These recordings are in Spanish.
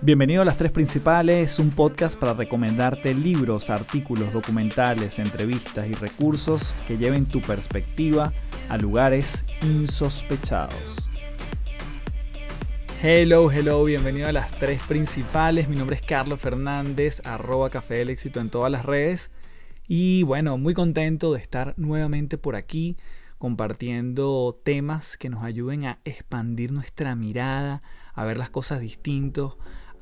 Bienvenido a Las Tres Principales, un podcast para recomendarte libros, artículos, documentales, entrevistas y recursos que lleven tu perspectiva a lugares insospechados. Hello, bienvenido a Las Tres Principales. Mi nombre es Carlos Fernández, @Café del Éxito en todas las redes. Y bueno, muy contento de estar nuevamente por aquí compartiendo temas que nos ayuden a expandir nuestra mirada, a ver las cosas distintos,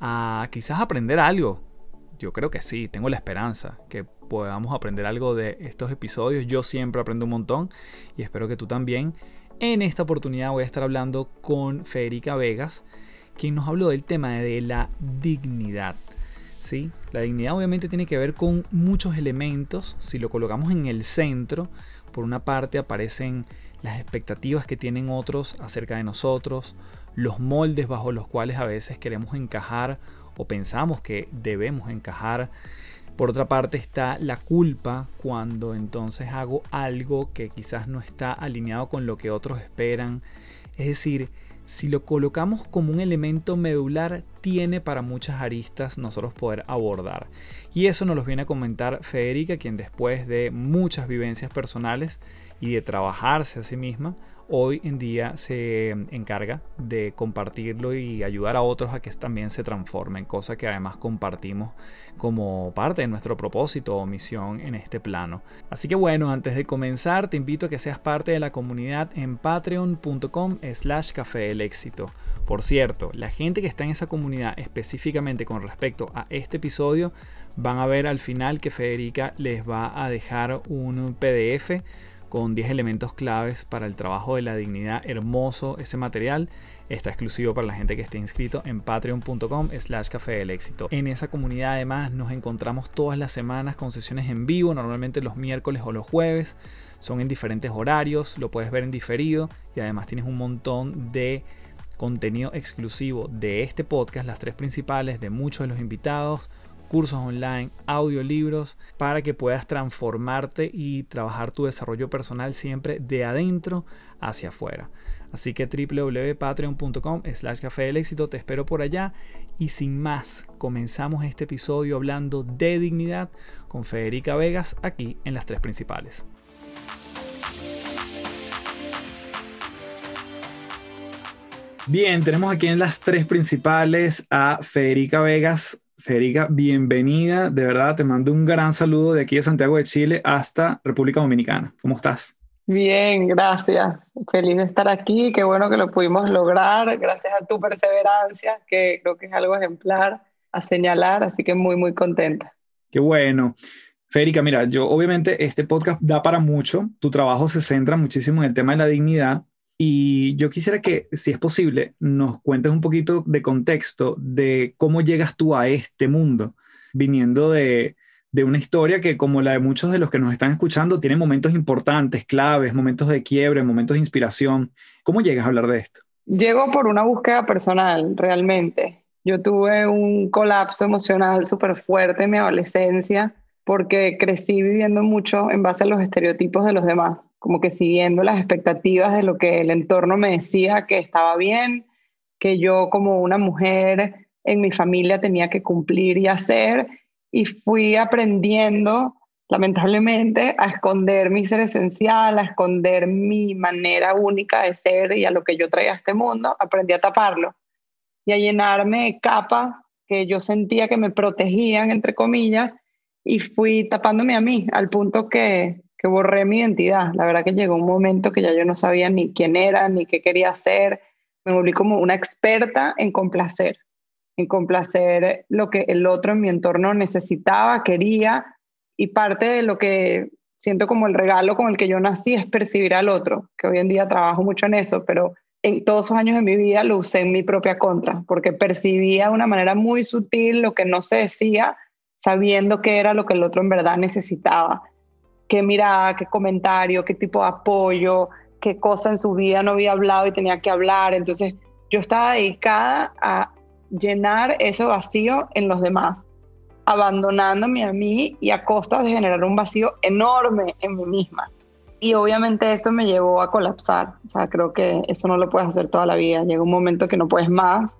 a quizás aprender algo. Yo creo que sí, tengo la esperanza que podamos aprender algo de estos episodios. Yo siempre aprendo un montón y espero que tú también. En esta oportunidad voy a estar hablando con Federica Vegas, quien nos habló del tema de la dignidad. ¿Sí? La dignidad obviamente tiene que ver con muchos elementos. Si lo colocamos en el centro, por una parte aparecen las expectativas que tienen otros acerca de nosotros, los moldes bajo los cuales a veces queremos encajar o pensamos que debemos encajar. Por otra parte está la culpa, cuando entonces hago algo que quizás no está alineado con lo que otros esperan. Es decir, si lo colocamos como un elemento medular, tiene para muchas aristas nosotros poder abordar. Y eso nos lo viene a comentar Federica, quien después de muchas vivencias personales y de trabajarse a sí misma, hoy en día se encarga de compartirlo y ayudar a otros a que también se transformen, cosa que además compartimos como parte de nuestro propósito o misión en este plano. Así que bueno, antes de comenzar te invito a que seas parte de la comunidad en patreon.com/Café del Éxito. Por cierto, la gente que está en esa comunidad específicamente con respecto a este episodio, van a ver al final que Federica les va a dejar un PDF con 10 elementos claves para el trabajo de la dignidad. Hermoso ese material. Está exclusivo para la gente que esté inscrito en patreon.com/Café del Éxito. En esa comunidad además nos encontramos todas las semanas con sesiones en vivo, normalmente los miércoles o los jueves. Son en diferentes horarios, lo puedes ver en diferido y además tienes un montón de contenido exclusivo de este podcast, Las Tres Principales, de muchos de los invitados, cursos online, audiolibros, para que puedas transformarte y trabajar tu desarrollo personal siempre de adentro hacia afuera. Así que www.patreon.com/Café del Éxito, te espero por allá. Y sin más, comenzamos este episodio hablando de dignidad con Federica Vegas aquí en Las Tres Principales. Bien, tenemos aquí en Las Tres Principales a Federica Vegas. Federica, bienvenida. De verdad, te mando un gran saludo de aquí de Santiago de Chile hasta República Dominicana. ¿Cómo estás? Bien, gracias. Feliz de estar aquí. Qué bueno que lo pudimos lograr. Gracias a tu perseverancia, que creo que es algo ejemplar a señalar. Así que muy, muy contenta. Qué bueno. Federica, mira, yo obviamente este podcast da para mucho. Tu trabajo se centra muchísimo en el tema de la dignidad. Y yo quisiera que, si es posible, nos cuentes un poquito de contexto de cómo llegas tú a este mundo, viniendo de una historia que, como la de muchos de los que nos están escuchando, tiene momentos importantes, claves, momentos de quiebre, momentos de inspiración. ¿Cómo llegas a hablar de esto? Llego por una búsqueda personal, realmente. Yo tuve un colapso emocional súper fuerte en mi adolescencia porque crecí viviendo mucho en base a los estereotipos de los demás, como que siguiendo las expectativas de lo que el entorno me decía que estaba bien, que yo como una mujer en mi familia tenía que cumplir y hacer, y fui aprendiendo, lamentablemente, a esconder mi ser esencial, a esconder mi manera única de ser y a lo que yo traía a este mundo. Aprendí a taparlo y a llenarme de capas que yo sentía que me protegían, entre comillas, y fui tapándome a mí, al punto que borré mi identidad. La verdad que llegó un momento que ya yo no sabía ni quién era, ni qué quería hacer. Me volví como una experta en complacer lo que el otro en mi entorno necesitaba, quería, y parte de lo que siento como el regalo con el que yo nací es percibir al otro, que hoy en día trabajo mucho en eso, pero en todos esos años de mi vida lo usé en mi propia contra, porque percibía de una manera muy sutil lo que no se decía, sabiendo qué era lo que el otro en verdad necesitaba, qué mirada, qué comentario, qué tipo de apoyo, qué cosa en su vida no había hablado y tenía que hablar. Entonces yo estaba dedicada a llenar ese vacío en los demás, abandonándome a mí y a costa de generar un vacío enorme en mí misma. Y obviamente eso me llevó a colapsar. O sea, creo que eso no lo puedes hacer toda la vida. Llega un momento que no puedes más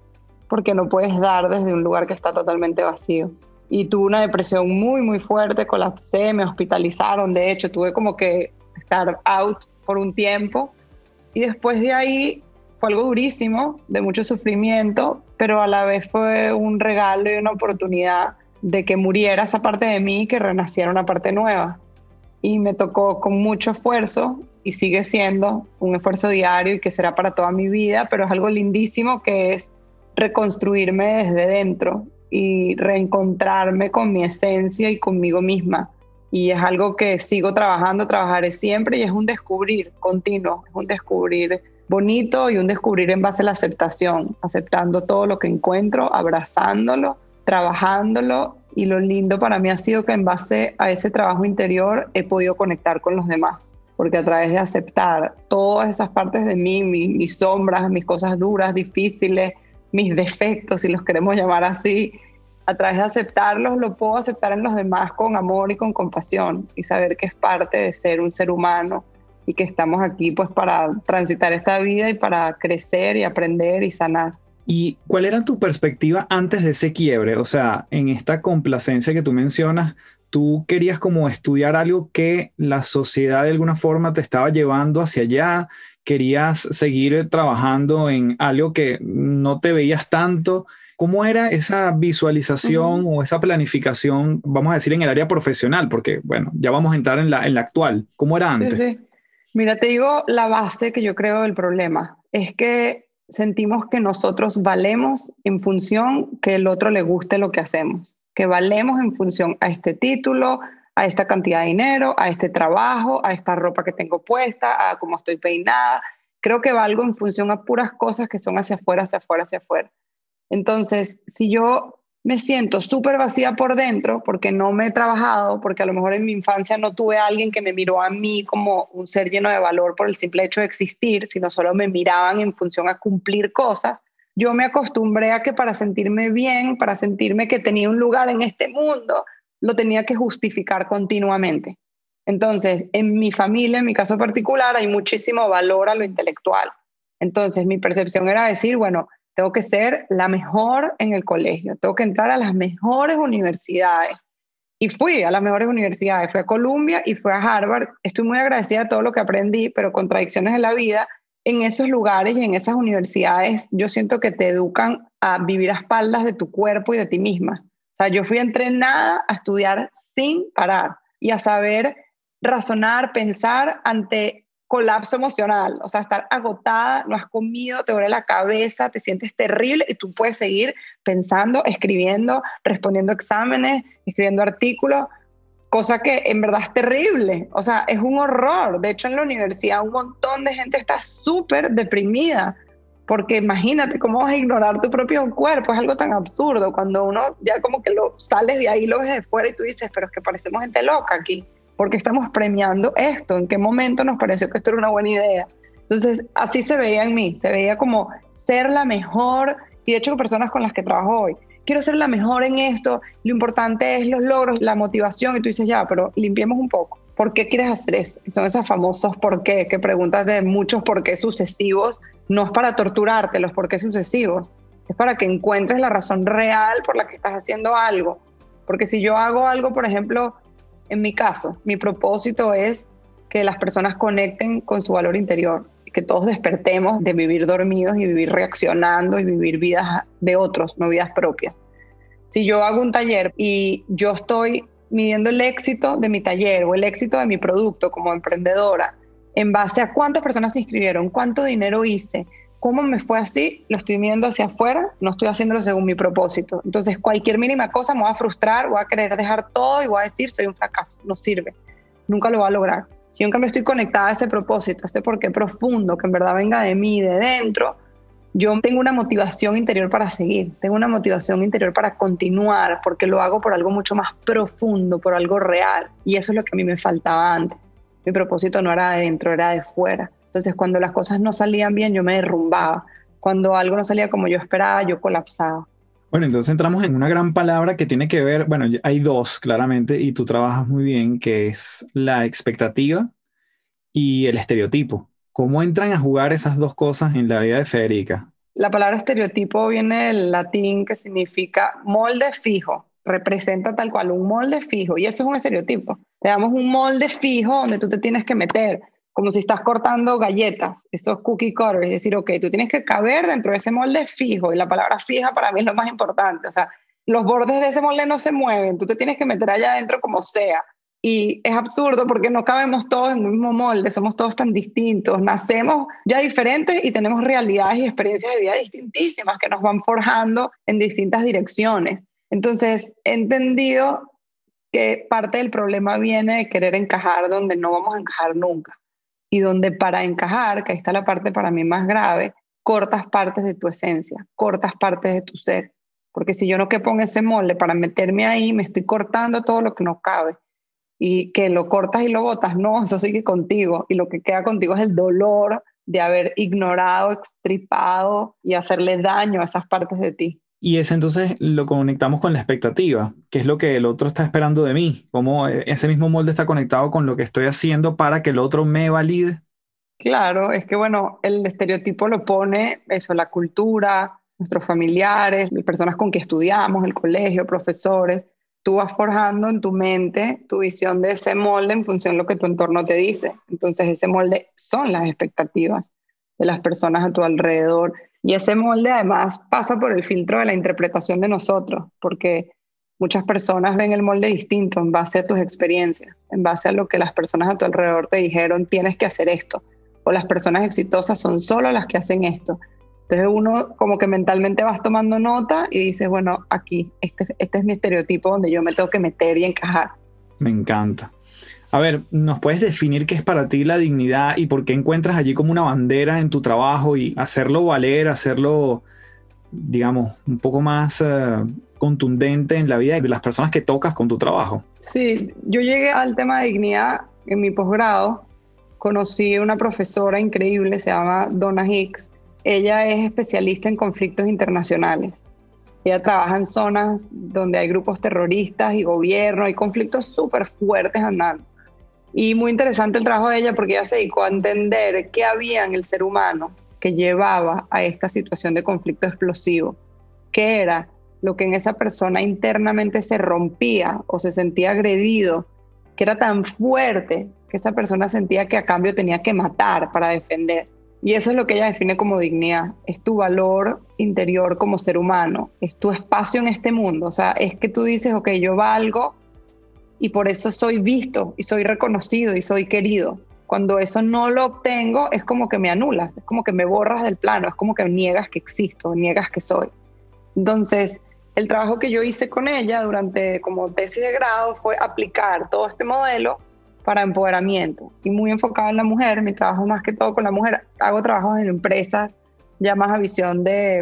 porque no puedes dar desde un lugar que está totalmente vacío. Y tuve una depresión muy, muy fuerte, colapsé, me hospitalizaron, de hecho, tuve como que estar out por un tiempo. Y después de ahí fue algo durísimo, de mucho sufrimiento, pero a la vez fue un regalo y una oportunidad de que muriera esa parte de mí y que renaciera una parte nueva. Y me tocó con mucho esfuerzo y sigue siendo un esfuerzo diario y que será para toda mi vida, pero es algo lindísimo que es reconstruirme desde dentro y reencontrarme con mi esencia y conmigo misma. Y es algo que sigo trabajando, trabajaré siempre y es un descubrir continuo, es un descubrir bonito y un descubrir en base a la aceptación, aceptando todo lo que encuentro, abrazándolo, trabajándolo, y lo lindo para mí ha sido que en base a ese trabajo interior he podido conectar con los demás, porque a través de aceptar todas esas partes de mí, mis sombras, mis cosas duras, difíciles, mis defectos, si los queremos llamar así, a través de aceptarlos, lo puedo aceptar en los demás con amor y con compasión y saber que es parte de ser un ser humano y que estamos aquí pues para transitar esta vida y para crecer y aprender y sanar. ¿Y cuál era tu perspectiva antes de ese quiebre? O sea, en esta complacencia que tú mencionas, tú querías como estudiar algo que la sociedad de alguna forma te estaba llevando hacia allá, querías seguir trabajando en algo que no te veías tanto. ¿Cómo era esa visualización o esa planificación, vamos a decir, en el área profesional? Porque, bueno, ya vamos a entrar en la actual. ¿Cómo era Sí, antes? sí. Mira, te digo la base que yo creo del problema. Es que sentimos que nosotros valemos en función que el otro le guste lo que hacemos. Que valemos en función a este título, a esta cantidad de dinero, a este trabajo, a esta ropa que tengo puesta, a cómo estoy peinada. Creo que valgo en función a puras cosas que son hacia afuera, hacia afuera, hacia afuera. Entonces, si yo me siento súper vacía por dentro porque no me he trabajado, porque a lo mejor en mi infancia no tuve a alguien que me miró a mí como un ser lleno de valor por el simple hecho de existir, sino solo me miraban en función a cumplir cosas, yo me acostumbré a que para sentirme bien, para sentirme que tenía un lugar en este mundo, lo tenía que justificar continuamente. Entonces, en mi familia, en mi caso particular, hay muchísimo valor a lo intelectual. Entonces, mi percepción era decir, bueno, tengo que ser la mejor en el colegio, tengo que entrar a las mejores universidades. Y fui a las mejores universidades, fui a Columbia y fui a Harvard. Estoy muy agradecida de todo lo que aprendí, pero contradicciones de la vida, en esos lugares y en esas universidades, yo siento que te educan a vivir a espaldas de tu cuerpo y de ti misma. O sea, yo fui entrenada a estudiar sin parar y a saber razonar, pensar ante colapso emocional, o sea, estar agotada, no has comido, te duele la cabeza, te sientes terrible y tú puedes seguir pensando, escribiendo, respondiendo exámenes, escribiendo artículos, cosa que en verdad es terrible, o sea, es un horror. De hecho, en la universidad un montón de gente está súper deprimida, porque imagínate cómo vas a ignorar tu propio cuerpo, es algo tan absurdo, cuando uno ya como que lo sales de ahí, lo ves de fuera y tú dices, pero es que parecemos gente loca aquí. ¿Por qué estamos premiando esto? ¿En qué momento nos pareció que esto era una buena idea? Entonces, así se veía en mí, se veía como ser la mejor, y de hecho personas con las que trabajo hoy, quiero ser la mejor en esto, lo importante es los logros, la motivación, y tú dices, ya, pero limpiemos un poco. ¿Por qué quieres hacer eso? Y son esos famosos por qué, que preguntas de muchos por qué sucesivos, no es para torturarte los por qué sucesivos, es para que encuentres la razón real por la que estás haciendo algo. Porque si yo hago algo, por ejemplo, en mi caso, mi propósito es que las personas conecten con su valor interior, que todos despertemos de vivir dormidos y vivir reaccionando y vivir vidas de otros, no vidas propias. Si yo hago un taller y yo estoy midiendo el éxito de mi taller o el éxito de mi producto como emprendedora en base a cuántas personas se inscribieron, cuánto dinero hice, cómo me fue así, lo estoy midiendo hacia afuera, no estoy haciéndolo según mi propósito. Entonces, cualquier mínima cosa me va a frustrar, voy a querer dejar todo y voy a decir, soy un fracaso, no sirve, nunca lo voy a lograr. Si yo en cambio estoy conectada a ese propósito, a ese porqué profundo, que en verdad venga de mí, de dentro, yo tengo una motivación interior para seguir, tengo una motivación interior para continuar, porque lo hago por algo mucho más profundo, por algo real. Y eso es lo que a mí me faltaba antes. Mi propósito no era de dentro, era de fuera. Entonces, cuando las cosas no salían bien, yo me derrumbaba. Cuando algo no salía como yo esperaba, yo colapsaba. Bueno, entonces entramos en una gran palabra que tiene que ver, bueno, hay dos claramente y tú trabajas muy bien, que es la expectativa y el estereotipo. ¿Cómo entran a jugar esas dos cosas en la vida de Federica? La palabra estereotipo viene del latín que significa molde fijo, representa tal cual un molde fijo y eso es un estereotipo. Te damos un molde fijo donde tú te tienes que meter, como si estás cortando galletas, esos cookie cutters, es decir, ok, tú tienes que caber dentro de ese molde fijo y la palabra fija para mí es lo más importante, o sea, los bordes de ese molde no se mueven, tú te tienes que meter allá adentro como sea. Y es absurdo porque no cabemos todos en el mismo molde, somos todos tan distintos, nacemos ya diferentes y tenemos realidades y experiencias de vida distintísimas que nos van forjando en distintas direcciones. Entonces, he entendido que parte del problema viene de querer encajar donde no vamos a encajar nunca y donde para encajar, que ahí está la parte para mí más grave, cortas partes de tu esencia, cortas partes de tu ser. Porque si yo no quepo en ese molde para meterme ahí, me estoy cortando todo lo que no cabe y que lo cortas y lo botas, no, eso sigue contigo y lo que queda contigo es el dolor de haber ignorado, extripado y hacerle daño a esas partes de ti. Y ese entonces lo conectamos con la expectativa, que es lo que el otro está esperando de mí, cómo ese mismo molde está conectado con lo que estoy haciendo para que el otro me valide. Claro, es que bueno, el estereotipo lo pone eso, la cultura, nuestros familiares, las personas con que estudiamos, el colegio, profesores. Tú vas forjando en tu mente tu visión de ese molde en función de lo que tu entorno te dice. Entonces ese molde son las expectativas de las personas a tu alrededor. Y ese molde además pasa por el filtro de la interpretación de nosotros, porque muchas personas ven el molde distinto en base a tus experiencias, en base a lo que las personas a tu alrededor te dijeron, tienes que hacer esto o las personas exitosas son solo las que hacen esto. Entonces uno como que mentalmente vas tomando nota y dices, bueno, aquí, este es mi estereotipo donde yo me tengo que meter y encajar. Me encanta. A ver, ¿nos puedes definir qué es para ti la dignidad y por qué encuentras allí como una bandera en tu trabajo y hacerlo valer, hacerlo, digamos, un poco más contundente en la vida de las personas que tocas con tu trabajo? Sí, yo llegué al tema de dignidad en mi posgrado. Conocí a una profesora increíble, se llama Donna Hicks. Ella es especialista en conflictos internacionales. Ella trabaja en zonas donde hay grupos terroristas y gobierno, hay conflictos súper fuertes andando. Y muy interesante el trabajo de ella porque ella se dedicó a entender qué había en el ser humano que llevaba a esta situación de conflicto explosivo. ¿Qué era lo que en esa persona internamente se rompía o se sentía agredido, que era tan fuerte que esa persona sentía que a cambio tenía que matar para defender? Y eso es lo que ella define como dignidad. Es tu valor interior como ser humano, es tu espacio en este mundo. O sea, es que tú dices, ok, yo valgo y por eso soy visto y soy reconocido y soy querido. Cuando eso no lo obtengo, es como que me anulas, es como que me borras del plano, es como que niegas que existo, niegas que soy. Entonces, el trabajo que yo hice con ella durante como tesis de grado fue aplicar todo este modelo para empoderamiento y muy enfocado en la mujer. Mi trabajo más que todo con la mujer, hago trabajos en empresas ya más a visión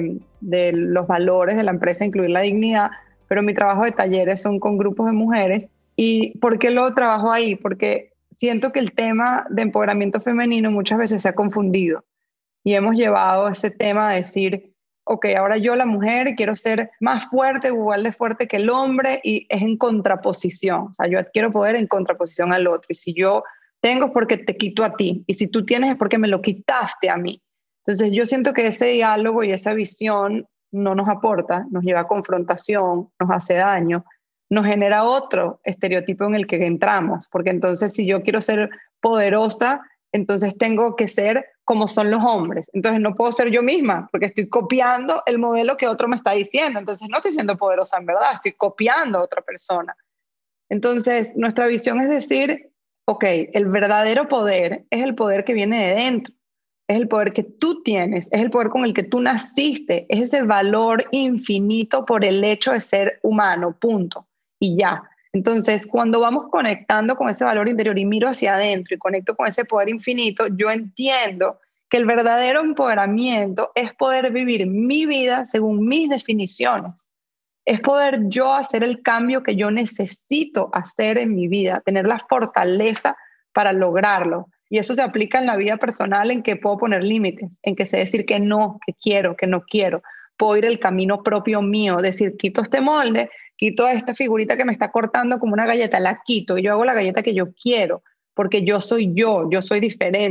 de los valores de la empresa, incluir la dignidad, pero mi trabajo de talleres son con grupos de mujeres. ¿Y por qué lo trabajo ahí? Porque siento que el tema de empoderamiento femenino muchas veces se ha confundido y hemos llevado ese tema a decir, ok, ahora yo la mujer quiero ser más fuerte, igual de fuerte que el hombre y es en contraposición. O sea, yo adquiero poder en contraposición al otro y si yo tengo es porque te quito a ti y si tú tienes es porque me lo quitaste a mí. Entonces yo siento que ese diálogo y esa visión no nos aporta, nos lleva a confrontación, nos hace daño, nos genera otro estereotipo en el que entramos, porque entonces si yo quiero ser poderosa, entonces tengo que ser como son los hombres. Entonces no puedo ser yo misma porque estoy copiando el modelo que otro me está diciendo. Entonces no estoy siendo poderosa en verdad, estoy copiando a otra persona. Entonces nuestra visión es decir, ok, el verdadero poder es el poder que viene de dentro, es el poder que tú tienes, es el poder con el que tú naciste, es ese valor infinito por el hecho de ser humano, punto. Y ya. Entonces, cuando vamos conectando con ese valor interior y miro hacia adentro y conecto con ese poder infinito, yo entiendo que el verdadero empoderamiento es poder vivir mi vida según mis definiciones. Es poder yo hacer el cambio que yo necesito hacer en mi vida, tener la fortaleza para lograrlo. Y eso se aplica en la vida personal en que puedo poner límites, en que sé decir que no, que quiero, que no quiero. Puedo ir el camino propio mío, decir, quito este molde, quito esta figurita que me está cortando como una galleta, la quito y yo hago la galleta que yo quiero, porque yo soy diferente.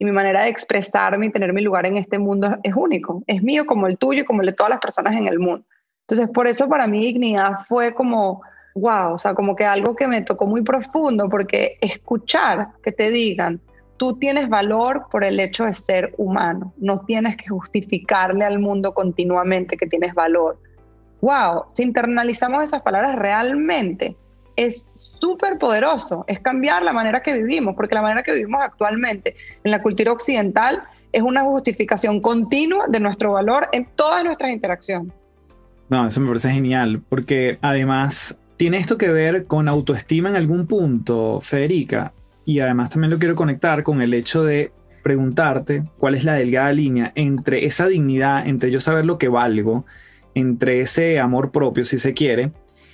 y mi manera de expresarme y tener mi lugar en este mundo es único. Es mío como el tuyo y como el de todas las personas en el mundo. Entonces, por eso para mí dignidad fue como, wow, o sea, como que algo que me tocó muy profundo, porque escuchar que te digan, tú tienes valor por el hecho de ser humano, no tienes que justificarle al mundo continuamente que tienes valor. Wow, si internalizamos esas palabras realmente, es súper poderoso, es cambiar la manera que vivimos, porque la manera que vivimos actualmente en la cultura occidental es una justificación continua de nuestro valor en todas nuestras interacciones. No, eso me parece genial, porque además tiene esto que ver con autoestima en algún punto, Federica, y además también lo quiero conectar con el hecho de preguntarte cuál es la delgada línea entre esa dignidad, entre yo saber lo que valgo, entre ese amor propio, si se quiere,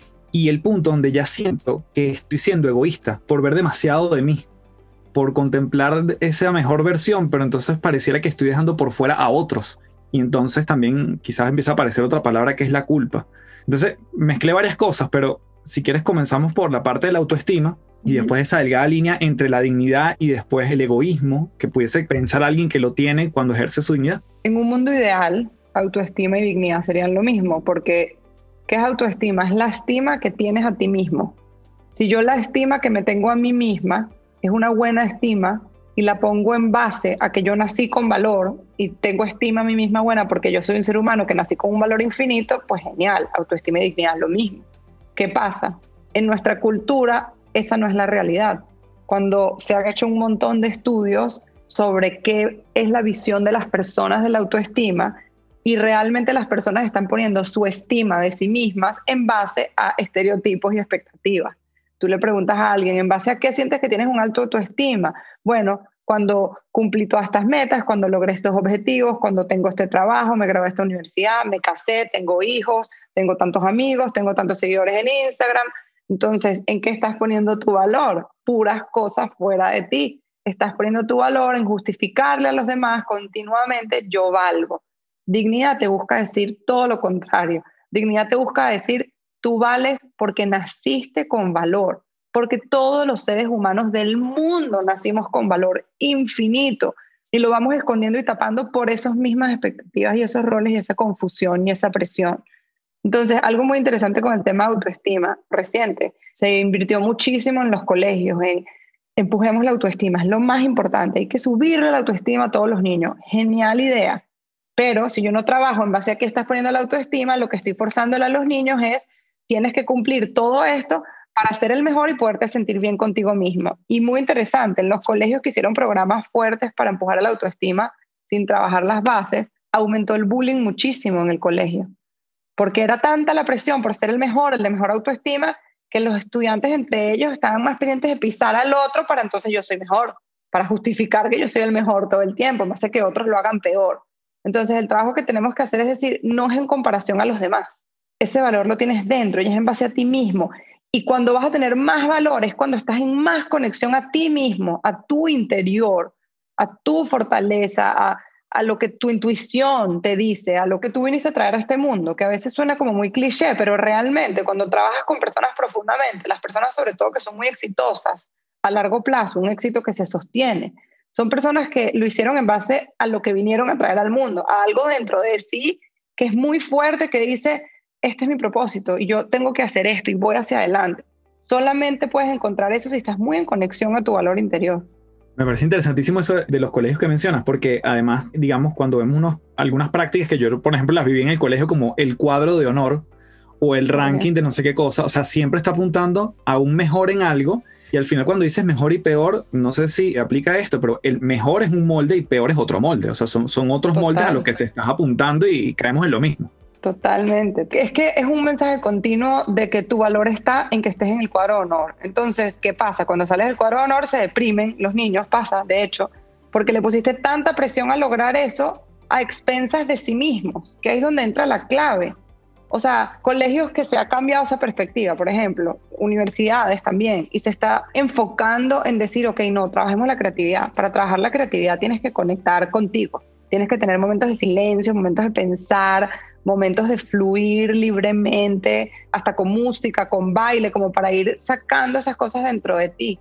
y el punto donde ya siento que estoy siendo egoísta por ver demasiado de mí, por contemplar esa mejor versión, pero entonces pareciera que estoy dejando por fuera a otros. Y entonces también quizás empieza a aparecer otra palabra que es la culpa. Entonces mezclé varias cosas, pero si quieres comenzamos por la parte de la autoestima y después esa delgada línea entre la dignidad y después el egoísmo que pudiese pensar alguien que lo tiene cuando ejerce su dignidad. En un mundo ideal, autoestima y dignidad serían lo mismo, porque ¿qué es autoestima? Es la estima que tienes a ti mismo. Si yo la estima que me tengo a mí misma es una buena estima y la pongo en base a que yo nací con valor y tengo estima a mí misma buena porque yo soy un ser humano que nací con un valor infinito, pues genial, autoestima y dignidad es lo mismo. ¿Qué pasa? En nuestra cultura esa no es la realidad. Cuando se han hecho un montón de estudios sobre qué es la visión de las personas de la autoestima, y realmente las personas están poniendo su estima de sí mismas en base a estereotipos y expectativas. Tú le preguntas a alguien, ¿en base a qué sientes que tienes un alto autoestima? Bueno, cuando cumplí todas estas metas, cuando logré estos objetivos, cuando tengo este trabajo, me gradué de esta universidad, me casé, tengo hijos, tengo tantos amigos, tengo tantos seguidores en Instagram. Entonces, ¿en qué estás poniendo tu valor? Puras cosas fuera de ti. Estás poniendo tu valor en justificarle a los demás continuamente, yo valgo. Dignidad te busca decir todo lo contrario. Dignidad te busca decir, tú vales porque naciste con valor, porque todos los seres humanos del mundo nacimos con valor infinito y lo vamos escondiendo y tapando por esas mismas expectativas y esos roles y esa confusión y esa presión. Entonces, algo muy interesante con el tema de autoestima reciente, se invirtió muchísimo en los colegios, en empujemos la autoestima, es lo más importante, hay que subirle la autoestima a todos los niños. Genial idea. Pero si yo no trabajo en base a qué estás poniendo la autoestima, lo que estoy forzándole a los niños es, tienes que cumplir todo esto para ser el mejor y poderte sentir bien contigo mismo. Y muy interesante, en los colegios que hicieron programas fuertes para empujar a la autoestima sin trabajar las bases, aumentó el bullying muchísimo en el colegio. Porque era tanta la presión por ser el mejor, el de mejor autoestima, que los estudiantes entre ellos estaban más pendientes de pisar al otro para entonces yo soy mejor, para justificar que yo soy el mejor todo el tiempo, más de que otros lo hagan peor. Entonces el trabajo que tenemos que hacer es decir, no es en comparación a los demás. Ese valor lo tienes dentro y es en base a ti mismo. Y cuando vas a tener más valor es cuando estás en más conexión a ti mismo, a tu interior, a tu fortaleza, a lo que tu intuición te dice, a lo que tú viniste a traer a este mundo, que a veces suena como muy cliché, pero realmente cuando trabajas con personas profundamente, las personas sobre todo que son muy exitosas a largo plazo, un éxito que se sostiene, son personas que lo hicieron en base a lo que vinieron a traer al mundo, a algo dentro de sí que es muy fuerte, que dice, este es mi propósito y yo tengo que hacer esto y voy hacia adelante. Solamente puedes encontrar eso si estás muy en conexión a tu valor interior. Me parece interesantísimo eso de los colegios que mencionas, porque además, digamos, cuando vemos algunas prácticas que yo, por ejemplo, las viví en el colegio como el cuadro de honor o el ranking de no sé qué cosa, o sea, siempre está apuntando a un mejor en algo. Y al final cuando dices mejor y peor, no sé si aplica esto, pero el mejor es un molde y peor es otro molde. O sea, son otros moldes a los que te estás apuntando y caemos en lo mismo. Totalmente. Es que es un mensaje continuo de que tu valor está en que estés en el cuadro de honor. Entonces, ¿qué pasa? Cuando sales del cuadro de honor se deprimen los niños, pasa, de hecho, porque le pusiste tanta presión a lograr eso a expensas de sí mismos, que ahí es donde entra la clave. O sea, colegios que se ha cambiado esa perspectiva, por ejemplo, universidades también, y se está enfocando en decir, ok, no, trabajemos la creatividad. Para trabajar la creatividad tienes que conectar contigo, tienes que tener momentos de silencio, momentos de pensar, momentos de fluir libremente, hasta con música, con baile, como para ir sacando esas cosas dentro de ti.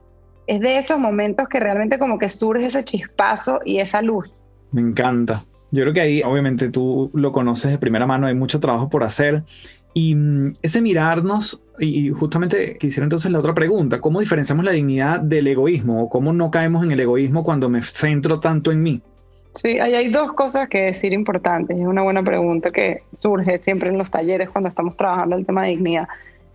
Es de esos momentos que realmente como que surge ese chispazo y esa luz. Me encanta. Yo creo que ahí, obviamente, tú lo conoces de primera mano, hay mucho trabajo por hacer. Y ese mirarnos, y justamente quisiera entonces la otra pregunta, ¿cómo diferenciamos la dignidad del egoísmo? ¿O cómo no caemos en el egoísmo cuando me centro tanto en mí? Sí, ahí hay dos cosas que decir importantes. Es una buena pregunta que surge siempre en los talleres cuando estamos trabajando el tema de dignidad.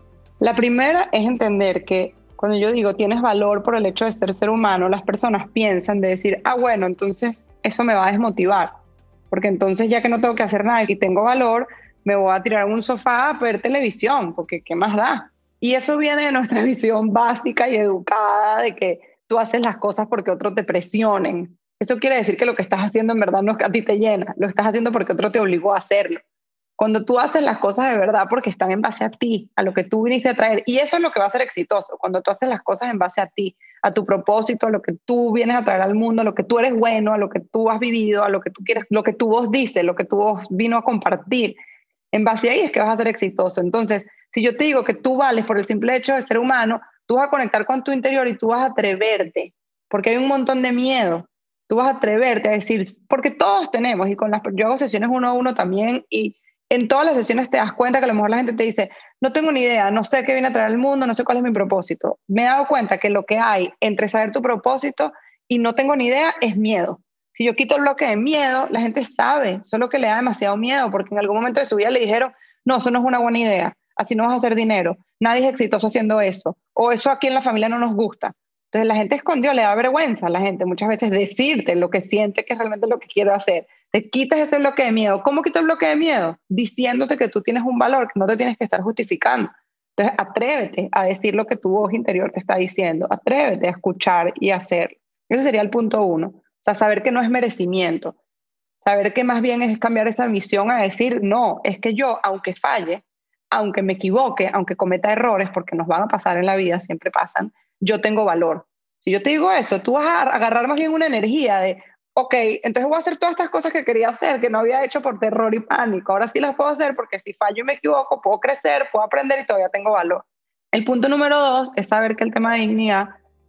La primera es entender que cuando yo digo tienes valor por el hecho de ser humano, las personas piensan de decir, ah, bueno, entonces eso me va a desmotivar, porque entonces ya que no tengo que hacer nada y tengo valor, me voy a tirar en un sofá a ver televisión, porque ¿qué más da? Y eso viene de nuestra visión básica y educada de que tú haces las cosas porque otros te presionen. Eso quiere decir que lo que estás haciendo en verdad no es que a ti te llena, lo estás haciendo porque otro te obligó a hacerlo. Cuando tú haces las cosas de verdad porque están en base a ti, a lo que tú viniste a traer, y eso es lo que va a ser exitoso, cuando tú haces las cosas en base a ti, a tu propósito, a lo que tú vienes a traer al mundo, a lo que tú eres bueno, a lo que tú has vivido, a lo que tú quieres, lo que tu voz dice, lo que tu voz vino a compartir, en base a ahí es que vas a ser exitoso. Entonces, si yo te digo que tú vales por el simple hecho de ser humano, tú vas a conectar con tu interior y tú vas a atreverte, porque hay un montón de miedo. Tú vas a atreverte a decir, porque todos tenemos, y yo hago sesiones uno a uno también, y en todas las sesiones te das cuenta que a lo mejor la gente te dice, no tengo ni idea, no sé qué viene a traer al mundo, no sé cuál es mi propósito. Me he dado cuenta que lo que hay entre saber tu propósito y no tengo ni idea es miedo. Si yo quito el bloque de miedo, la gente sabe, solo que le da demasiado miedo, porque en algún momento de su vida le dijeron, no, eso no es una buena idea, así no vas a hacer dinero, nadie es exitoso haciendo eso, o eso aquí en la familia no nos gusta. Entonces la gente escondió, le da vergüenza a la gente muchas veces decirte lo que siente que es realmente lo que quiere hacer. Te quitas ese bloque de miedo. ¿Cómo quito el bloque de miedo? Diciéndote que tú tienes un valor, que no te tienes que estar justificando. Entonces atrévete a decir lo que tu voz interior te está diciendo. Atrévete a escuchar y hacer. Ese sería el punto uno. O sea, saber que no es merecimiento. Saber que más bien es cambiar esa misión a decir, no, es que yo, aunque falle, aunque me equivoque, aunque cometa errores, porque nos van a pasar en la vida, siempre pasan, yo tengo valor. Si yo te digo eso, tú vas a agarrar más bien una energía de, ok, entonces voy a hacer todas estas cosas que quería hacer, que no había hecho por terror y pánico. Ahora sí las puedo hacer porque si fallo y me equivoco, puedo crecer, puedo aprender y todavía tengo valor. El punto número dos es saber que el tema de dignidad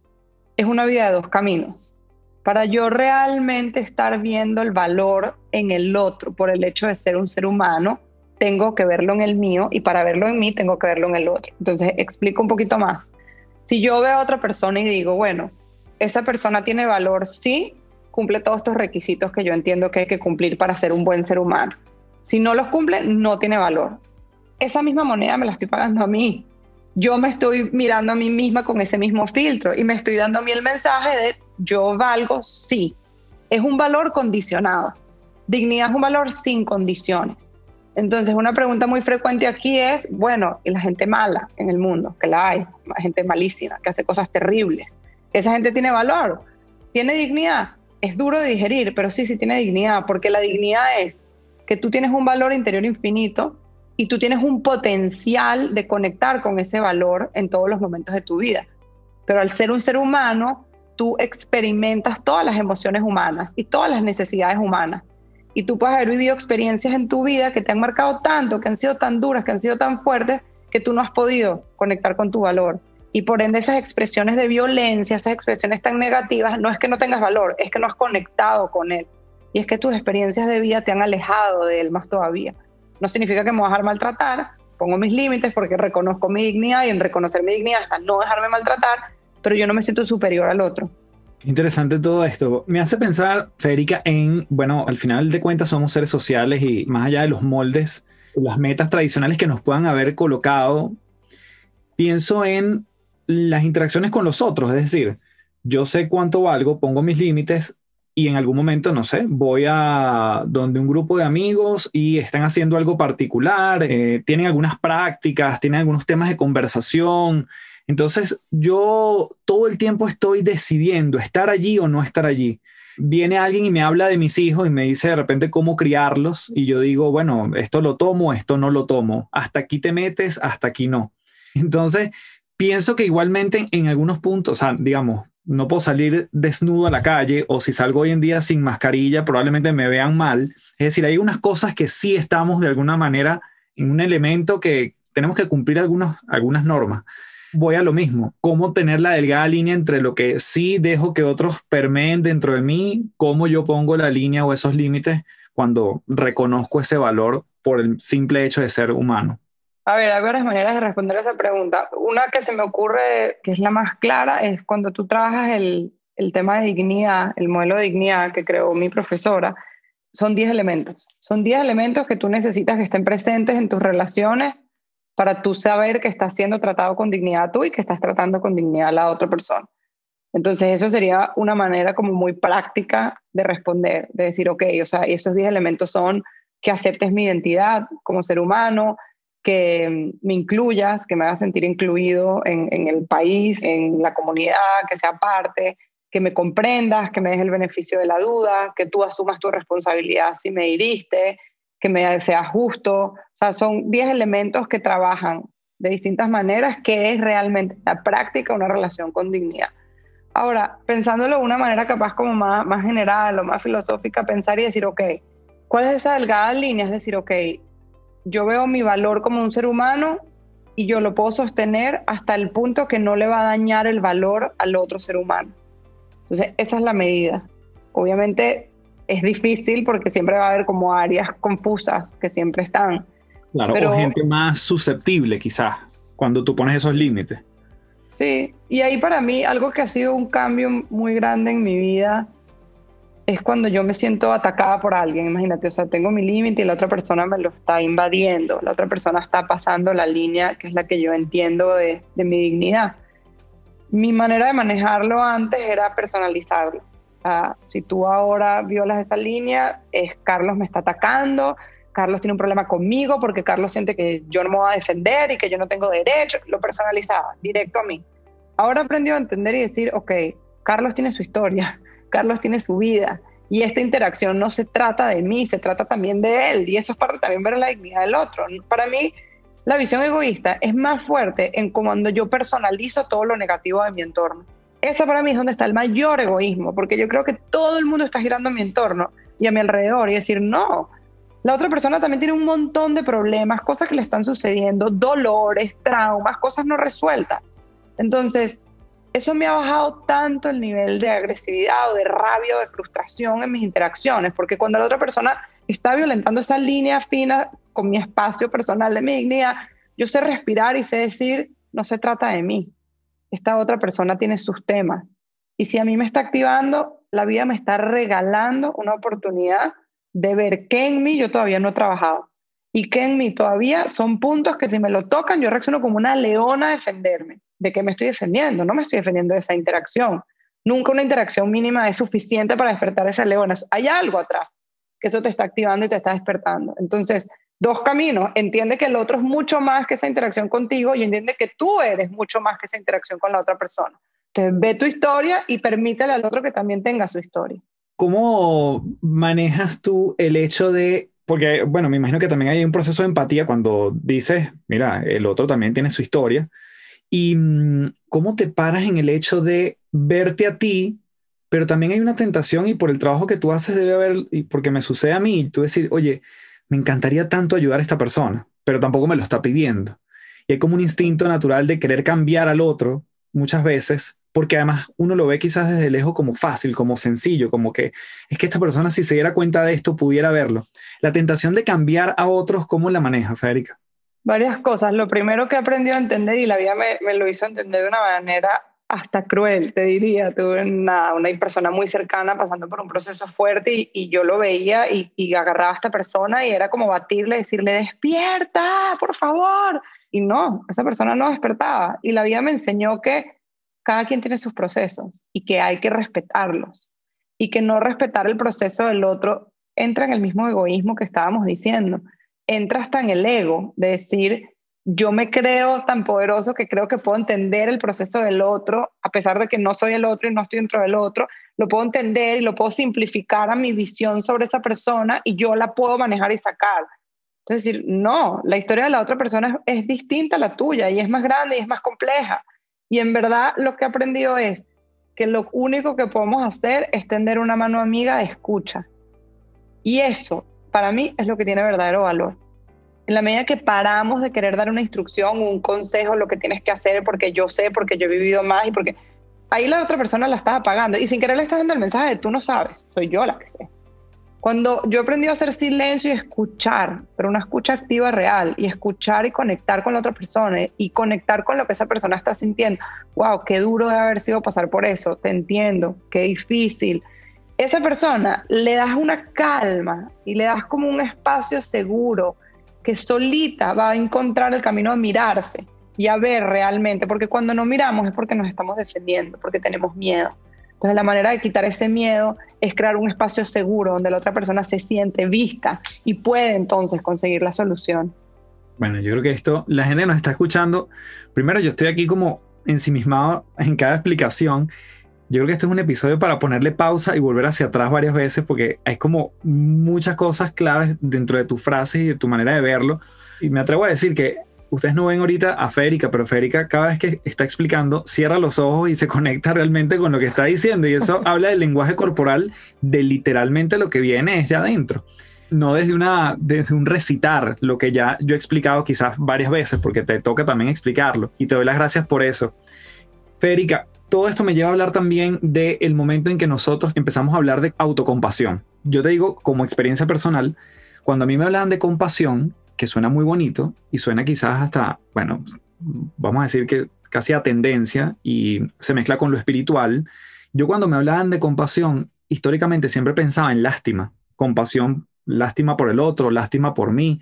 es una vida de dos caminos. Para yo realmente estar viendo el valor en el otro por el hecho de ser un ser humano, tengo que verlo en el mío, y para verlo en mí tengo que verlo en el otro. Entonces explico un poquito más. Si yo veo a otra persona y digo, bueno, esa persona tiene valor, sí, cumple todos estos requisitos que yo entiendo que hay que cumplir para ser un buen ser humano. Si no los cumple, no tiene valor. Esa misma moneda me la estoy pagando a mí. Yo me estoy mirando a mí misma con ese mismo filtro y me estoy dando a mí el mensaje de yo valgo, sí. Es un valor condicionado. Dignidad es un valor sin condiciones. Entonces, una pregunta muy frecuente aquí es, bueno, ¿y la gente mala en el mundo? Que la hay, gente malísima, que hace cosas terribles. ¿Esa gente tiene valor? ¿Tiene dignidad? Es duro de digerir, pero sí, sí tiene dignidad, porque la dignidad es que tú tienes un valor interior infinito y tú tienes un potencial de conectar con ese valor en todos los momentos de tu vida. Pero al ser un ser humano, tú experimentas todas las emociones humanas y todas las necesidades humanas. Y tú puedes haber vivido experiencias en tu vida que te han marcado tanto, que han sido tan duras, que han sido tan fuertes, que tú no has podido conectar con tu valor. Y por ende esas expresiones de violencia, esas expresiones tan negativas, no es que no tengas valor, es que no has conectado con él. Y es que tus experiencias de vida te han alejado de él más todavía. No significa que me voy a dejar maltratar, pongo mis límites porque reconozco mi dignidad, y en reconocer mi dignidad hasta no dejarme maltratar, pero yo no me siento superior al otro. Interesante todo esto. Me hace pensar, Federica, en, bueno, al final de cuentas somos seres sociales y más allá de los moldes, las metas tradicionales que nos puedan haber colocado, pienso en las interacciones con los otros. Es decir, yo sé cuánto valgo, pongo mis límites y en algún momento, no sé, voy a donde un grupo de amigos y están haciendo algo particular, tienen algunas prácticas, tienen algunos temas de conversación. Entonces yo todo el tiempo estoy decidiendo estar allí o no estar allí. Viene alguien y me habla de mis hijos y me dice de repente cómo criarlos y yo digo, bueno, esto lo tomo, esto no lo tomo. Hasta aquí te metes, hasta aquí no. Entonces pienso que igualmente en algunos puntos, o sea, digamos, no puedo salir desnudo a la calle, o si salgo hoy en día sin mascarilla probablemente me vean mal. Es decir, hay unas cosas que sí estamos de alguna manera en un elemento que tenemos que cumplir algunas normas. voy a lo mismo, cómo tener la delgada línea entre lo que sí dejo que otros permeen dentro de mí, cómo yo pongo la línea o esos límites cuando reconozco ese valor por el simple hecho de ser humano. A ver, hay varias maneras de responder esa pregunta. Una que se me ocurre, que es la más clara, es cuando tú trabajas el tema de dignidad, el modelo de dignidad que creó mi profesora. Son 10 elementos. Son 10 elementos que tú necesitas que estén presentes en tus relaciones para tú saber que estás siendo tratado con dignidad tú y que estás tratando con dignidad a la otra persona. Entonces eso sería una manera como muy práctica de responder, de decir, ok, o sea, esos 10 elementos son que aceptes mi identidad como ser humano, que me incluyas, que me hagas sentir incluido en el país, en la comunidad, que sea parte, que me comprendas, que me des el beneficio de la duda, que tú asumas tu responsabilidad si me hiriste, que me seas justo. O sea, son 10 elementos que trabajan de distintas maneras, que es realmente la práctica una relación con dignidad. Ahora, pensándolo de una manera capaz como más general o más filosófica, pensar y decir, ok, ¿cuál es esa delgada línea? Es decir, ok, yo veo mi valor como un ser humano y yo lo puedo sostener hasta el punto que no le va a dañar el valor al otro ser humano. Entonces, esa es la medida. Obviamente es difícil porque siempre va a haber como áreas confusas que siempre están. Claro, Pero, o gente más susceptible quizás, cuando tú pones esos límites. sí, y ahí para mí algo que ha sido un cambio muy grande en mi vida es cuando yo me siento atacada por alguien. Imagínate, o sea, tengo mi límite y la otra persona me lo está invadiendo, la otra persona está pasando la línea que es la que yo entiendo de mi dignidad. Mi manera de manejarlo antes era personalizarlo. Si tú ahora violas esa línea, es Carlos me está atacando, Carlos tiene un problema conmigo porque Carlos siente que yo no me voy a defender y que yo no tengo derecho. Lo personalizaba, directo a mí. Ahora aprendió a entender y decir, ok, Carlos tiene su historia, Carlos tiene su vida, y esta interacción no se trata de mí, se trata también de él, y eso es parte también ver la dignidad del otro. Para mí, la visión egoísta es más fuerte en cuando yo personalizo todo lo negativo de mi entorno. Esa para mí es donde está el mayor egoísmo, porque yo creo que todo el mundo está girando en mi entorno y a mi alrededor, y decir, no, la otra persona también tiene un montón de problemas, cosas que le están sucediendo, dolores, traumas, cosas no resueltas. Entonces, eso me ha bajado tanto el nivel de agresividad o de rabia o de frustración en mis interacciones, porque cuando la otra persona está violentando esa línea fina con mi espacio personal de mi dignidad, yo sé respirar y sé decir, no se trata de mí, esta otra persona tiene sus temas. Y si a mí me está activando, la vida me está regalando una oportunidad de ver qué en mí yo todavía no he trabajado y qué en mí todavía son puntos que si me lo tocan yo reacciono como una leona a defenderme. ¿De qué me estoy defendiendo? No me estoy defendiendo de esa interacción. Nunca una interacción mínima es suficiente para despertar esa leona. Hay algo atrás que eso te está activando y te está despertando. Entonces, dos caminos. Entiende que el otro es mucho más que esa interacción contigo y entiende que tú eres mucho más que esa interacción con la otra persona. Entonces, ve tu historia y permítele al otro que también tenga su historia. ¿Cómo manejas tú el hecho de, porque bueno, me imagino que también hay un proceso de empatía cuando dices, mira, el otro también tiene su historia, y cómo te paras en el hecho de verte a ti, pero también hay una tentación y por el trabajo que tú haces debe haber, y porque me sucede a mí, tú decir, oye, me encantaría tanto ayudar a esta persona, pero tampoco me lo está pidiendo. Y hay como un instinto natural de querer cambiar al otro muchas veces, porque además uno lo ve quizás desde lejos como fácil, como sencillo, como que es que esta persona si se diera cuenta de esto pudiera verlo. La tentación de cambiar a otros, ¿cómo la maneja, Federica? Varias cosas. Lo primero que he aprendido a entender, y la vida me lo hizo entender de una manera hasta cruel, te diría. Tuve una persona muy cercana pasando por un proceso fuerte y yo lo veía y agarraba a esta persona y era como batirle, decirle, despierta, por favor. Y no, esa persona no despertaba. Y la vida me enseñó que cada quien tiene sus procesos y que hay que respetarlos. Y que no respetar el proceso del otro entra en el mismo egoísmo que estábamos diciendo. Entra hasta en el ego, de decir, yo me creo tan poderoso que creo que puedo entender el proceso del otro, a pesar de que no soy el otro y no estoy dentro del otro, lo puedo entender y lo puedo simplificar a mi visión sobre esa persona y yo la puedo manejar y sacar. Entonces decir, no, la historia de la otra persona es distinta a la tuya y es más grande y es más compleja. Y en verdad lo que he aprendido es que lo único que podemos hacer es tender una mano amiga de escucha. Y eso, para mí, es lo que tiene verdadero valor. En la medida que paramos de querer dar una instrucción, un consejo, lo que tienes que hacer porque yo sé, porque yo he vivido más y porque ahí la otra persona la estás apagando y sin querer le estás dando el mensaje de tú no sabes, soy yo la que sé. Cuando yo he aprendido a hacer silencio y escuchar, pero una escucha activa real, y escuchar y conectar con la otra persona y conectar con lo que esa persona está sintiendo. Wow, qué duro debe haber sido pasar por eso, te entiendo, qué difícil. Esa persona le das una calma y le das como un espacio seguro que solita va a encontrar el camino a mirarse y a ver realmente, porque cuando no miramos es porque nos estamos defendiendo, porque tenemos miedo. Entonces la manera de quitar ese miedo es crear un espacio seguro donde la otra persona se siente vista y puede entonces conseguir la solución. Bueno, yo creo que esto, la gente nos está escuchando. Primero, yo estoy aquí como ensimismado en cada explicación. Yo creo que este es un episodio para ponerle pausa y volver hacia atrás varias veces porque hay como muchas cosas claves dentro de tus frases y de tu manera de verlo. Y me atrevo a decir que ustedes no ven ahorita a Federica, pero Federica cada vez que está explicando cierra los ojos y se conecta realmente con lo que está diciendo. Y eso habla del lenguaje corporal de literalmente lo que viene desde adentro. No desde un recitar, lo que ya yo he explicado quizás varias veces porque te toca también explicarlo. Y te doy las gracias por eso. Federica, todo esto me lleva a hablar también del momento en que nosotros empezamos a hablar de autocompasión. Yo te digo, como experiencia personal, cuando a mí me hablaban de compasión, que suena muy bonito y suena quizás hasta, bueno, vamos a decir que casi a tendencia y se mezcla con lo espiritual, yo cuando me hablaban de compasión, históricamente siempre pensaba en lástima, compasión, lástima por el otro, lástima por mí.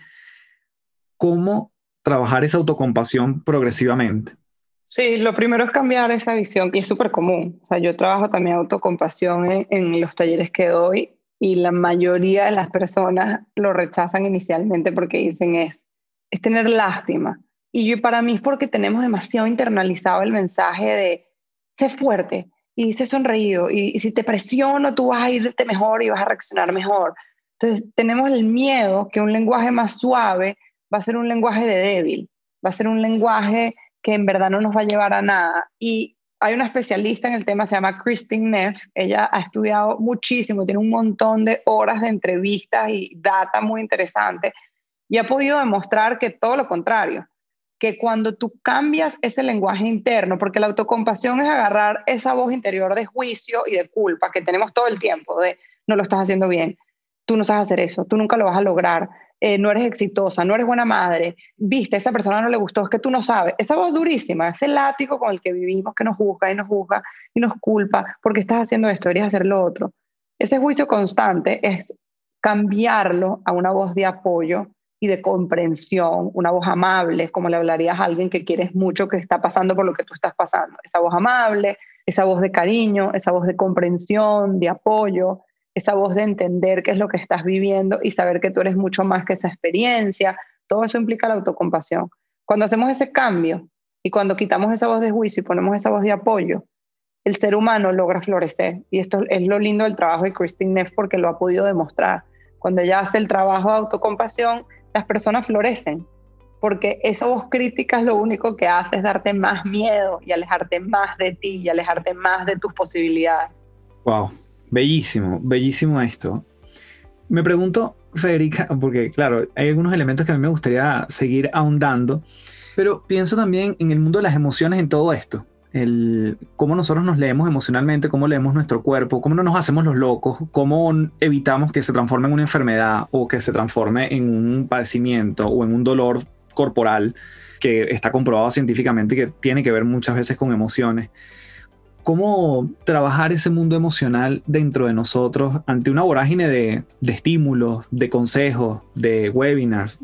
¿Cómo trabajar esa autocompasión progresivamente? Sí, lo primero es cambiar esa visión, que es súper común. O sea, yo trabajo también autocompasión en los talleres que doy y la mayoría de las personas lo rechazan inicialmente porque dicen es tener lástima. Para mí es porque tenemos demasiado internalizado el mensaje de sé fuerte y sé sonreído y si te presiono tú vas a irte mejor y vas a reaccionar mejor. Entonces tenemos el miedo que un lenguaje más suave va a ser un lenguaje de débil, va a ser un lenguaje que en verdad no nos va a llevar a nada. Y hay una especialista en el tema, se llama Kristin Neff. Ella ha estudiado muchísimo, tiene un montón de horas de entrevistas y data muy interesante y ha podido demostrar que todo lo contrario, que cuando tú cambias ese lenguaje interno, porque la autocompasión es agarrar esa voz interior de juicio y de culpa que tenemos todo el tiempo, de no lo estás haciendo bien, tú no sabes hacer eso, tú nunca lo vas a lograr, no eres exitosa, no eres buena madre, viste, a esa persona no le gustó, es que tú no sabes. Esa voz durísima, ese látigo con el que vivimos que nos juzga y nos juzga y nos culpa porque estás haciendo esto, deberías hacer lo otro. Ese juicio constante es cambiarlo a una voz de apoyo y de comprensión, una voz amable, como le hablarías a alguien que quieres mucho, que está pasando por lo que tú estás pasando. Esa voz amable, esa voz de cariño, esa voz de comprensión, de apoyo, esa voz de entender qué es lo que estás viviendo y saber que tú eres mucho más que esa experiencia. Todo eso implica la autocompasión. Cuando hacemos ese cambio y cuando quitamos esa voz de juicio y ponemos esa voz de apoyo, el ser humano logra florecer. Y esto es lo lindo del trabajo de Kristin Neff porque lo ha podido demostrar. Cuando ella hace el trabajo de autocompasión, las personas florecen. Porque esa voz crítica es lo único que hace es darte más miedo y alejarte más de ti y alejarte más de tus posibilidades. Wow. Bellísimo, bellísimo esto. Me pregunto, Federica, porque claro, hay algunos elementos que a mí me gustaría seguir ahondando, pero pienso también en el mundo de las emociones en todo esto. Cómo nosotros nos leemos emocionalmente, cómo leemos nuestro cuerpo, cómo no nos hacemos los locos, cómo evitamos que se transforme en una enfermedad o que se transforme en un padecimiento o en un dolor corporal que está comprobado científicamente que tiene que ver muchas veces con emociones. ¿Cómo trabajar ese mundo emocional dentro de nosotros ante una vorágine de estímulos, de consejos, de webinars,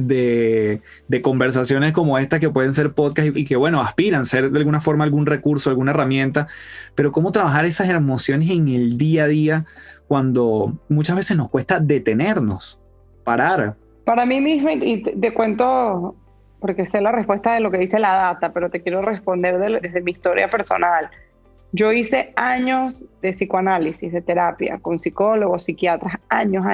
de conversaciones como esta que pueden ser podcast y que, bueno, aspiran a ser de alguna forma algún recurso, alguna herramienta, pero cómo trabajar esas emociones en el día a día cuando muchas veces nos cuesta detenernos, parar? Para mí misma, y te cuento, porque sé la respuesta de lo que dice la data, pero te quiero responder desde mi historia personal. Yo hice años de psicoanálisis, de terapia, con psicólogos, psiquiatras, años,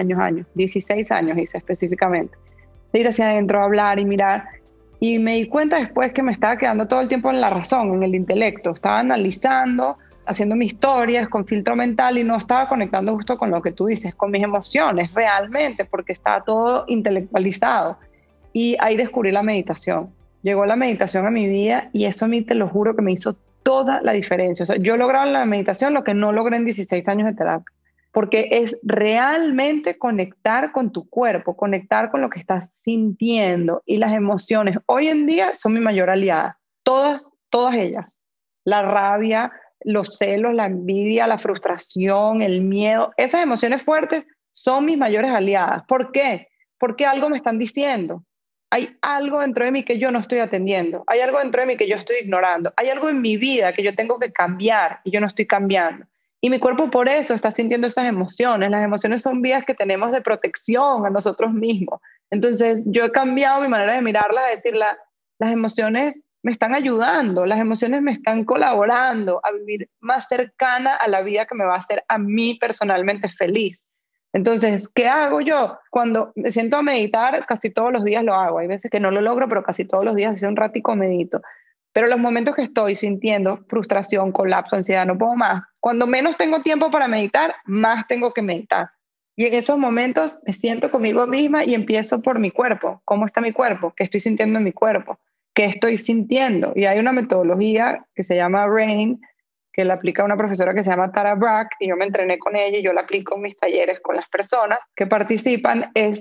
16 años hice específicamente, de ir hacia adentro, hablar y mirar, y me di cuenta después que me estaba quedando todo el tiempo en la razón, en el intelecto, estaba analizando, haciendo mis historias con filtro mental y no estaba conectando justo con lo que tú dices, con mis emociones realmente, porque estaba todo intelectualizado. y ahí descubrí la meditación. Llegó la meditación a mi vida y eso a mí te lo juro que me hizo toda la diferencia. O sea, yo lograba en la meditación lo que no logré en 16 años de terapia, porque es realmente conectar con tu cuerpo, conectar con lo que estás sintiendo, y las emociones hoy en día son mi mayor aliada. Todas ellas. La rabia, los celos, la envidia, la frustración, el miedo, esas emociones fuertes son mis mayores aliadas. ¿Por qué? Porque algo me están diciendo. Hay algo dentro de mí que yo no estoy atendiendo. Hay algo dentro de mí que yo estoy ignorando. Hay algo en mi vida que yo tengo que cambiar y yo no estoy cambiando. Y mi cuerpo por eso está sintiendo esas emociones. Las emociones son vías que tenemos de protección a nosotros mismos. Entonces yo he cambiado mi manera de mirarlas, de decir, las emociones me están ayudando, las emociones me están colaborando a vivir más cercana a la vida que me va a hacer a mí personalmente feliz. Entonces, ¿qué hago yo? Cuando me siento a meditar, casi todos los días lo hago. Hay veces que no lo logro, pero casi todos los días, hace un ratico medito. Pero los momentos que estoy sintiendo frustración, colapso, ansiedad, no puedo más, cuando menos tengo tiempo para meditar, más tengo que meditar. Y en esos momentos me siento conmigo misma y empiezo por mi cuerpo. ¿Cómo está mi cuerpo? ¿Qué estoy sintiendo en mi cuerpo? ¿Qué estoy sintiendo? Y hay una metodología que se llama RAIN, que la aplica una profesora que se llama Tara Brach, y yo me entrené con ella y yo la aplico en mis talleres con las personas que participan. Es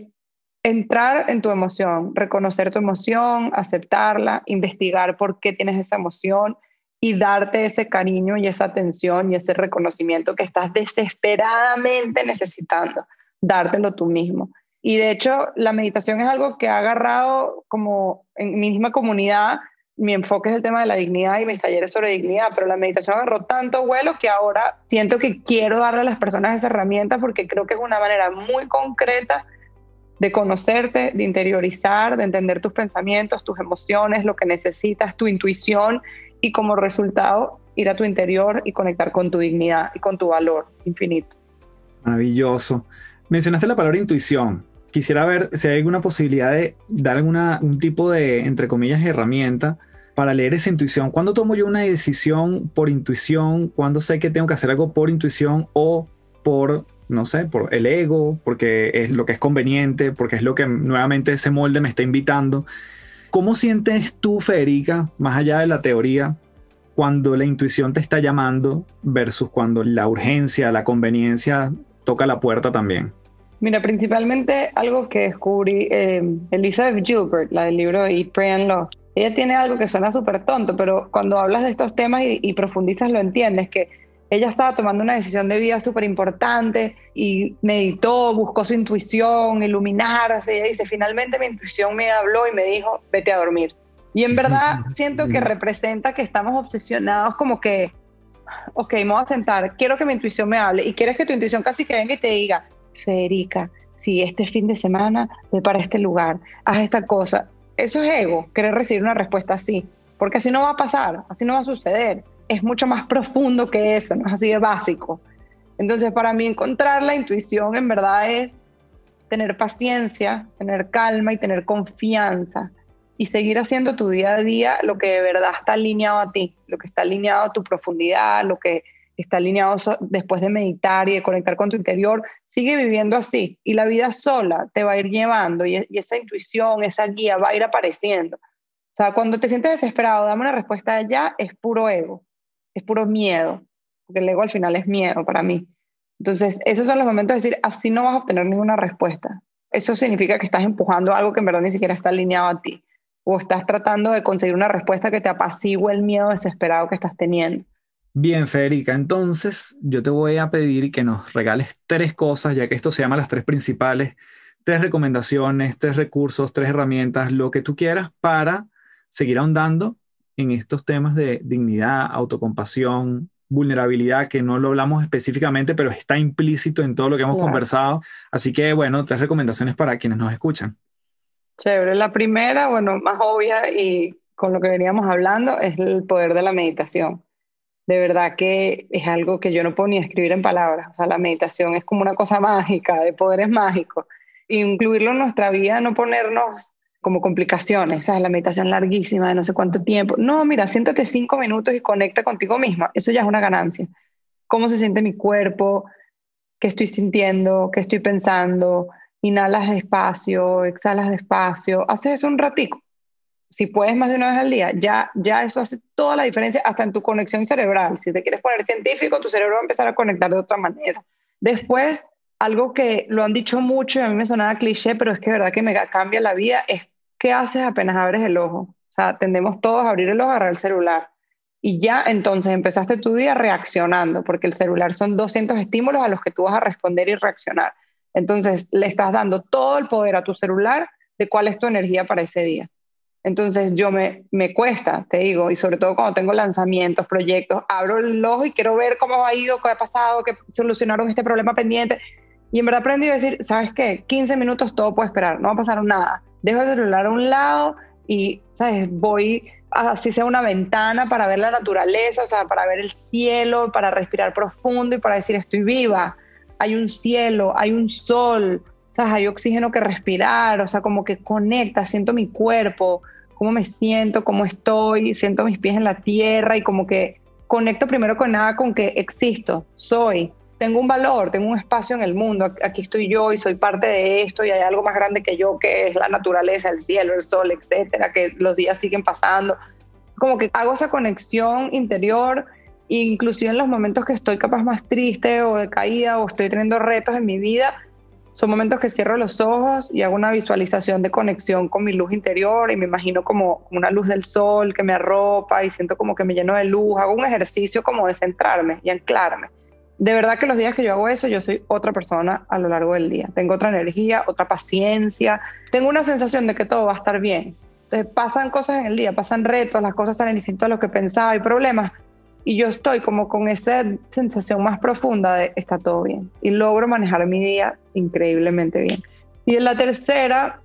entrar en tu emoción, reconocer tu emoción, aceptarla, investigar por qué tienes esa emoción y darte ese cariño y esa atención y ese reconocimiento que estás desesperadamente necesitando, dártelo tú mismo. Y de hecho, la meditación es algo que ha agarrado como en mi misma comunidad. Mi enfoque es el tema de la dignidad y mis talleres sobre dignidad, pero la meditación agarró tanto vuelo que ahora siento que quiero darle a las personas esa herramienta, porque creo que es una manera muy concreta de conocerte, de interiorizar, de entender tus pensamientos, tus emociones, lo que necesitas, tu intuición, y como resultado ir a tu interior y conectar con tu dignidad y con tu valor infinito. Maravilloso. Mencionaste la palabra intuición. Quisiera ver si hay alguna posibilidad de dar un tipo de, entre comillas, herramienta para leer esa intuición. ¿Cuándo tomo yo una decisión por intuición? ¿Cuándo sé que tengo que hacer algo por intuición o por, no sé, por el ego, porque es lo que es conveniente, porque es lo que nuevamente ese molde me está invitando? ¿Cómo sientes tú, Federica, más allá de la teoría, cuando la intuición te está llamando versus cuando la urgencia, la conveniencia toca la puerta también? Mira, principalmente algo que descubrí, Elizabeth Gilbert, la del libro Eat, Pray and Love, ella tiene algo que suena súper tonto, pero cuando hablas de estos temas y profundizas lo entiendes, que ella estaba tomando una decisión de vida súper importante y meditó, buscó su intuición, iluminarse. Ella dice, finalmente mi intuición me habló y me dijo, vete a dormir. Y en verdad siento que representa que estamos obsesionados como que, ok, me voy a sentar, quiero que mi intuición me hable, y quieres que tu intuición casi que venga y te diga, Federica, si este fin de semana ve para este lugar, haz esta cosa. Eso es ego, querer recibir una respuesta así, porque así no va a pasar, así no va a suceder. Es mucho más profundo que eso, no es así de básico. Entonces, para mí encontrar la intuición en verdad es tener paciencia, tener calma y tener confianza, y seguir haciendo tu día a día lo que de verdad está alineado a ti, lo que está alineado a tu profundidad, lo que está alineado después de meditar y de conectar con tu interior. Sigue viviendo así y la vida sola te va a ir llevando, y esa intuición, esa guía va a ir apareciendo. O sea, cuando te sientes desesperado, dame una respuesta ya, es puro ego, es puro miedo, porque el ego al final es miedo para mí. Entonces, esos son los momentos de decir, así no vas a obtener ninguna respuesta. Eso significa que estás empujando algo que en verdad ni siquiera está alineado a ti, o estás tratando de conseguir una respuesta que te apacigüe el miedo desesperado que estás teniendo. Bien, Federica, entonces yo te voy a pedir que nos regales tres cosas, ya que esto se llama las tres principales, tres recomendaciones, tres recursos, tres herramientas, lo que tú quieras para seguir ahondando en estos temas de dignidad, autocompasión, vulnerabilidad, que no lo hablamos específicamente, pero está implícito en todo lo que hemos Claro. conversado. Así que, bueno, tres recomendaciones para quienes nos escuchan. Chévere. La primera, bueno, más obvia y con lo que veníamos hablando, es el poder de la meditación. De verdad que es algo que yo no puedo ni escribir en palabras. O sea, la meditación es como una cosa mágica, de poderes mágicos. Y incluirlo en nuestra vida, no ponernos como complicaciones, ¿sabes? La meditación larguísima de no sé cuánto tiempo. No, mira, siéntate 5 minutos y conecta contigo misma. Eso ya es una ganancia. ¿Cómo se siente mi cuerpo? ¿Qué estoy sintiendo? ¿Qué estoy pensando? Inhalas despacio, exhalas despacio, haces eso un ratico. Si puedes más de una vez al día, ya eso hace toda la diferencia, hasta en tu conexión cerebral. Si te quieres poner científico, tu cerebro va a empezar a conectar de otra manera. Después, algo que lo han dicho mucho y a mí me sonaba cliché, pero es que de verdad que me cambia la vida, es qué haces apenas abres el ojo. O sea, tendemos todos a abrir el ojo, agarrar el celular. Y ya entonces empezaste tu día reaccionando, porque el celular son 200 estímulos a los que tú vas a responder y reaccionar. Entonces, le estás dando todo el poder a tu celular de cuál es tu energía para ese día. Entonces me cuesta, te digo, y sobre todo cuando tengo lanzamientos, proyectos, abro el ojo y quiero ver cómo ha ido, qué ha pasado, qué solucionaron este problema pendiente. Y en verdad aprendí a decir, ¿sabes qué? 15 minutos todo puede esperar, no va a pasar nada. Dejo el celular a un lado y, ¿sabes? Voy así sea una ventana para ver la naturaleza, o sea, para ver el cielo, para respirar profundo y para decir, estoy viva. Hay un cielo, hay un sol, ¿sabes? Hay oxígeno que respirar, o sea, como que conecta, siento mi cuerpo, cómo me siento, cómo estoy, siento mis pies en la tierra y como que conecto primero con nada con que existo, soy, tengo un valor, tengo un espacio en el mundo, aquí estoy yo y soy parte de esto y hay algo más grande que yo que es la naturaleza, el cielo, el sol, etcétera, que los días siguen pasando. Como que hago esa conexión interior, inclusive en los momentos que estoy capaz más triste o decaída o estoy teniendo retos en mi vida, son momentos que cierro los ojos y hago una visualización de conexión con mi luz interior y me imagino como una luz del sol que me arropa y siento como que me lleno de luz. Hago un ejercicio como de centrarme y anclarme. De verdad que los días que yo hago eso, yo soy otra persona a lo largo del día. Tengo otra energía, otra paciencia. Tengo una sensación de que todo va a estar bien. Entonces pasan cosas en el día, pasan retos, las cosas salen distintas a lo que pensaba, hay problemas. Y yo estoy como con esa sensación más profunda de está todo bien. Y logro manejar mi día increíblemente bien. Y en la tercera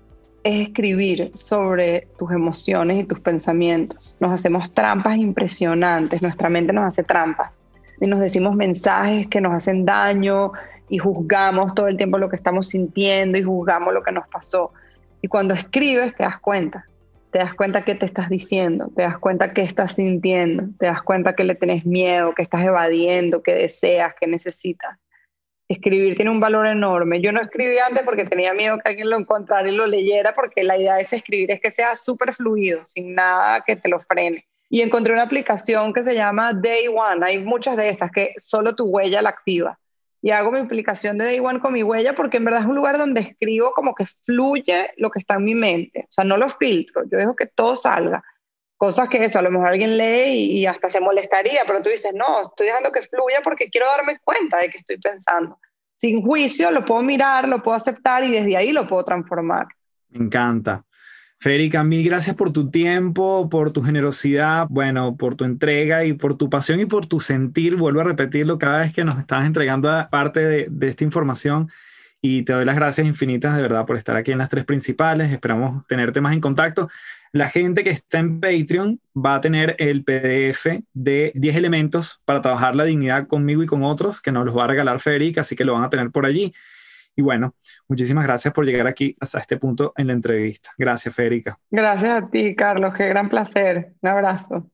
es escribir sobre tus emociones y tus pensamientos. Nos hacemos trampas impresionantes, nuestra mente nos hace trampas. Y nos decimos mensajes que nos hacen daño y juzgamos todo el tiempo lo que estamos sintiendo y juzgamos lo que nos pasó. Y cuando escribes te das cuenta. Te das cuenta qué te estás diciendo, te das cuenta qué estás sintiendo, te das cuenta que le tenés miedo, que estás evadiendo, que deseas, que necesitas. Escribir tiene un valor enorme. Yo no escribí antes porque tenía miedo que alguien lo encontrara y lo leyera, porque la idea de ese escribir es que sea súper fluido, sin nada que te lo frene. Y encontré una aplicación que se llama Day One. Hay muchas de esas que solo tu huella la activa. Y hago mi aplicación de Day One con mi huella porque en verdad es un lugar donde escribo como que fluye lo que está en mi mente. O sea, no lo filtro, yo dejo que todo salga. Cosas que eso, a lo mejor alguien lee y hasta se molestaría, pero tú dices, no, estoy dejando que fluya porque quiero darme cuenta de que estoy pensando. Sin juicio, lo puedo mirar, lo puedo aceptar y desde ahí lo puedo transformar. Me encanta. Federica, mil gracias por tu tiempo, por tu generosidad, bueno, por tu entrega y por tu pasión y por tu sentir. Vuelvo a repetirlo cada vez que nos estás entregando parte de esta información y te doy las gracias infinitas de verdad por estar aquí en las tres principales. Esperamos tenerte más en contacto. La gente que está en Patreon va a tener el PDF de 10 elementos para trabajar la dignidad conmigo y con otros, que nos los va a regalar Federica, así que lo van a tener por allí. Y bueno, muchísimas gracias por llegar aquí hasta este punto en la entrevista. Gracias, Federica. Gracias a ti, Carlos. Qué gran placer. Un abrazo.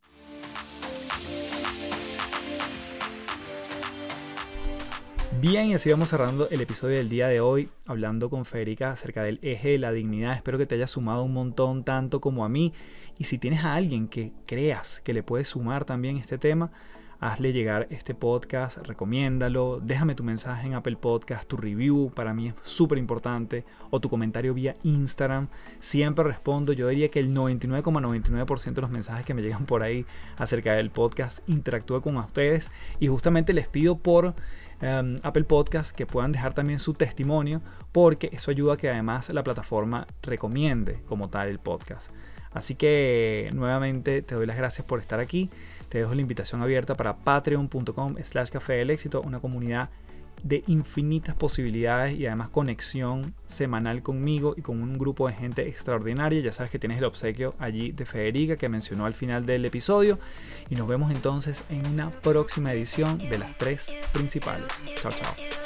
Bien, y así vamos cerrando el episodio del día de hoy, hablando con Federica acerca del eje de la dignidad. Espero que te haya sumado un montón, tanto como a mí. Y si tienes a alguien que creas que le puede sumar también este tema, hazle llegar este podcast, recomiéndalo, déjame tu mensaje en Apple Podcast, tu review para mí es súper importante, o tu comentario vía Instagram. Siempre respondo, yo diría que el 99,99% de los mensajes que me llegan por ahí acerca del podcast interactúo con ustedes y justamente les pido por Apple Podcast que puedan dejar también su testimonio, porque eso ayuda a que además la plataforma recomiende como tal el podcast. Así que nuevamente te doy las gracias por estar aquí. Te dejo la invitación abierta para patreon.com/café del éxito, una comunidad de infinitas posibilidades y además conexión semanal conmigo y con un grupo de gente extraordinaria. Ya sabes que tienes el obsequio allí de Federica que mencionó al final del episodio. Y nos vemos entonces en una próxima edición de las tres principales. Chao, chao.